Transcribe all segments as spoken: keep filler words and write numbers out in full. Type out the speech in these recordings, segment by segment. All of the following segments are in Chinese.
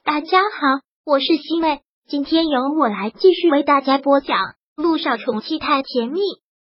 大家好，我是西妹，今天由我来继续为大家播讲《陆少宠妻太甜蜜》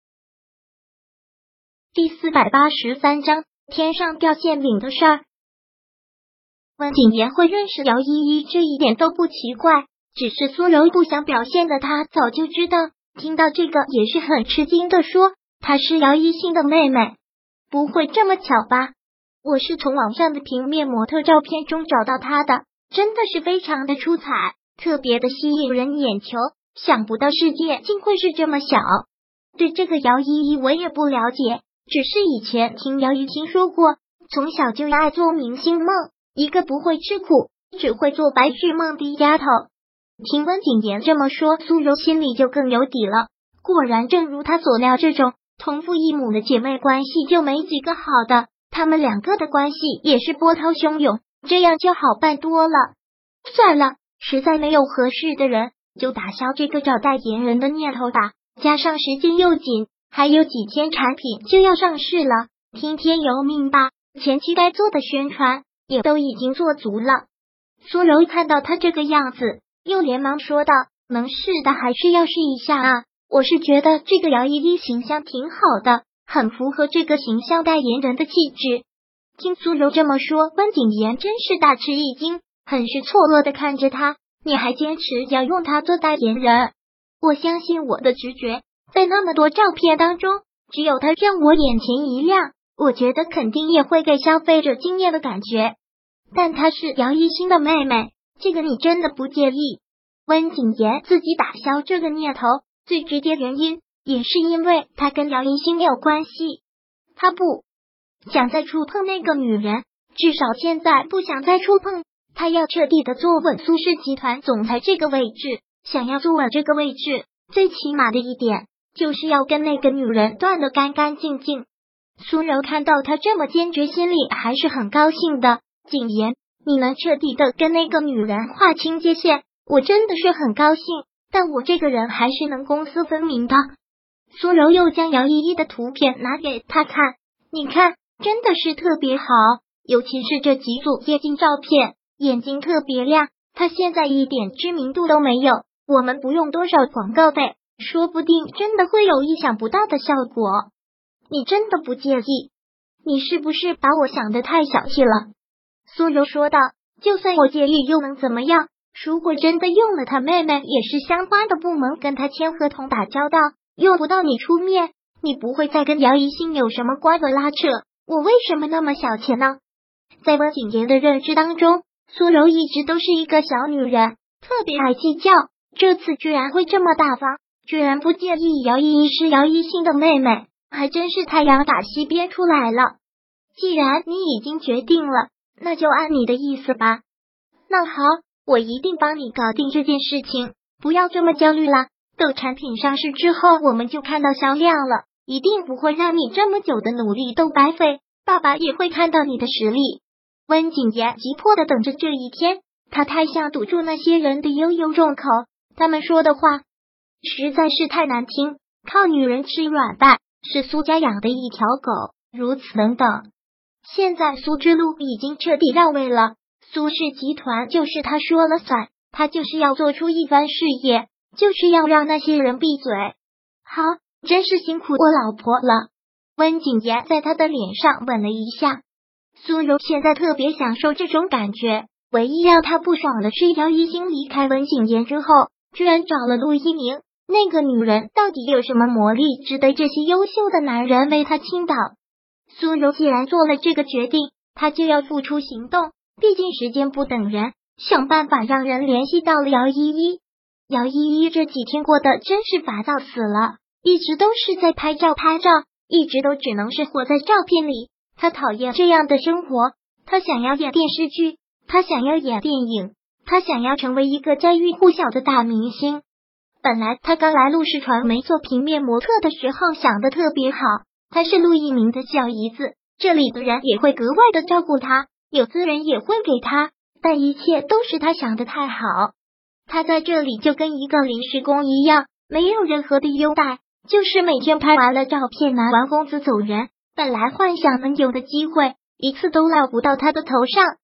第四百八十三章天上掉馅饼的事儿。温景言会认识姚依依这一点都不奇怪，只是苏柔不想表现的他早就知道，听到这个也是很吃惊的说，她是姚一星的妹妹。不会这么巧吧？我是从网上的平面模特照片中找到她的，真的是非常的出彩，特别的吸引人眼球，想不到世界竟会是这么小。对这个姚依依我也不了解，只是以前听姚依听说过，从小就爱做明星梦，一个不会吃苦，只会做白日梦的丫头。听温景言这么说，苏柔心里就更有底了。果然正如她所料，这种同父异母的姐妹关系就没几个好的，她们两个的关系也是波涛汹涌，这样就好办多了。算了，实在没有合适的人，就打消这个找代言人的念头吧。加上时间又紧，还有几天产品就要上市了，听天由命吧。前期该做的宣传也都已经做足了。苏柔看到他这个样子，又连忙说道：“能试的还是要试一下啊！我是觉得这个姚依依形象挺好的，很符合这个形象代言人的气质。”听苏柔这么说，温景言真是大吃一惊，很是错愕的看着他：“你还坚持要用他做代言人？”我相信我的直觉，在那么多照片当中，只有他让我眼前一亮，我觉得肯定也会给消费者惊艳的感觉。但她是姚一星的妹妹，这个你真的不介意？温景言自己打消这个念头，最直接原因也是因为他跟姚一星有关系，他不想再触碰那个女人，至少现在不想再触碰。他要彻底的坐稳苏氏集团总裁这个位置，想要坐稳这个位置，最起码的一点就是要跟那个女人断得干干净净。苏柔看到他这么坚决，心里还是很高兴的。景言，你能彻底的跟那个女人划清界限，我真的是很高兴，但我这个人还是能公私分明的。苏柔又将姚依依的图片拿给他看，你看，真的是特别好，尤其是这几组夜景照片，眼睛特别亮，她现在一点知名度都没有，我们不用多少广告费，说不定真的会有意想不到的效果。你真的不介意？你是不是把我想得太小气了？苏柔说道，就算我介意又能怎么样？如果真的用了他妹妹，也是相关的部门跟他签合同打交道，用不到你出面，你不会再跟姚一星有什么瓜葛拉扯，我为什么那么小气呢？在温景言的认知当中，苏柔一直都是一个小女人，特别爱计较，这次居然会这么大方，居然不介意姚依依是姚一星的妹妹，还真是太阳打西边出来了。既然你已经决定了，那就按你的意思吧。那好，我一定帮你搞定这件事情，不要这么焦虑啦。等产品上市之后，我们就看到销量了，一定不会让你这么久的努力都白费，爸爸也会看到你的实力。温景言急迫的等着这一天，他太想堵住那些人的悠悠众口，他们说的话实在是太难听，靠女人吃软饭，是苏家养的一条狗，如此等等。现在苏之路已经彻底让位了，苏氏集团就是他说了算，他就是要做出一番事业，就是要让那些人闭嘴。好，真是辛苦我老婆了。温景言在他的脸上吻了一下。苏柔现在特别享受这种感觉，唯一让他不爽的是姚一星离开温景言之后，居然找了陆一鸣，那个女人到底有什么魔力，值得这些优秀的男人为她倾倒？苏柔既然做了这个决定，她就要付出行动，毕竟时间不等人，想办法让人联系到了姚依依。姚依依这几天过得真是烦躁死了，一直都是在拍照拍照，一直都只能是活在照片里。她讨厌这样的生活，她想要演电视剧，她想要演电影，她想要成为一个家喻户晓的大明星。本来她刚来陆氏传媒做平面模特的时候想的特别好，她是陆一鸣的小姨子，这里的人也会格外的照顾她，有资源也会给她，但一切都是她想的太好。她在这里就跟一个临时工一样，没有任何的优待，就是每天拍完了照片拿完工资走人，本来幻想能有的机会，一次都落不到她的头上。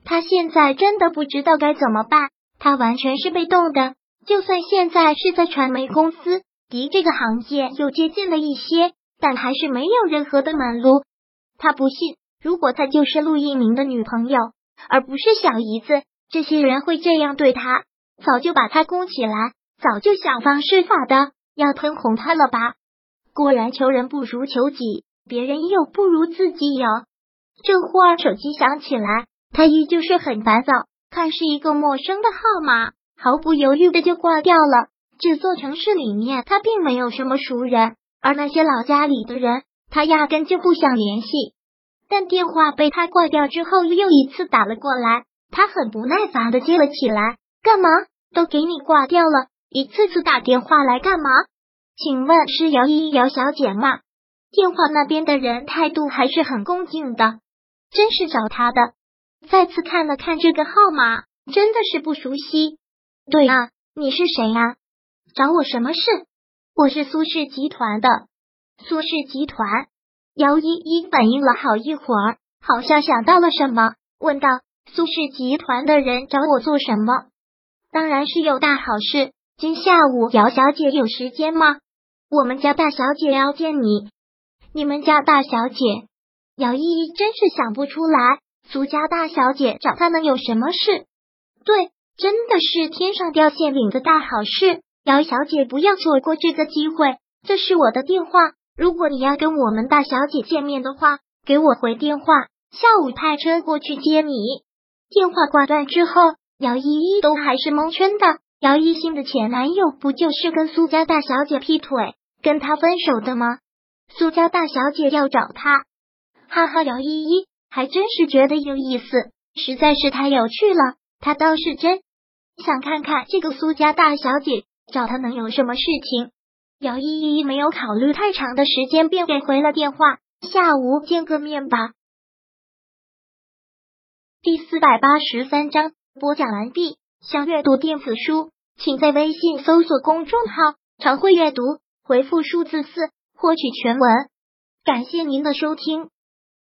他现在真的不知道该怎么办，他完全是被动的。就算现在是在传媒公司，离这个行业又接近了一些，但还是没有任何的门路。他不信，如果他就是陆一鸣的女朋友，而不是小姨子，这些人会这样对他，早就把他供起来，早就想方设法的要喷红他了吧。果然求人不如求己，别人有不如自己有。这会儿手机响起来，他依旧是很烦躁，看是一个陌生的号码，毫不犹豫的就挂掉了。这座城市里面他并没有什么熟人，而那些老家里的人他压根就不想联系。但电话被他挂掉之后又一次打了过来，他很不耐烦的接了起来。干嘛？都给你挂掉了，一次次打电话来干嘛？请问是姚依依姚小姐吗？电话那边的人态度还是很恭敬的。真是找他的。再次看了看这个号码，真的是不熟悉。对啊，你是谁啊？找我什么事？我是苏氏集团的。苏氏集团？姚依依反应了好一会儿，好像想到了什么，问道：苏氏集团的人找我做什么？当然是有大好事。今下午姚小姐有时间吗？我们家大小姐要见你。你们家大小姐？姚依依真是想不出来，苏家大小姐找她能有什么事？对，真的是天上掉馅饼的大好事。姚小姐不要错过这个机会，这是我的电话，如果你要跟我们大小姐见面的话，给我回电话，下午派车过去接你。电话挂断之后，姚依依都还是蒙圈的。姚一新的前男友不就是跟苏家大小姐劈腿，跟她分手的吗？苏家大小姐要找他，哈哈，姚依依还真是觉得有意思，实在是太有趣了。她倒是真想看看这个苏家大小姐找他能有什么事情。姚依依没有考虑太长的时间，便给回了电话，下午见个面吧。第四百八十三章播讲完毕。想阅读电子书，请在微信搜索公众号常会阅读，回复数字四获取全文。感谢您的收听。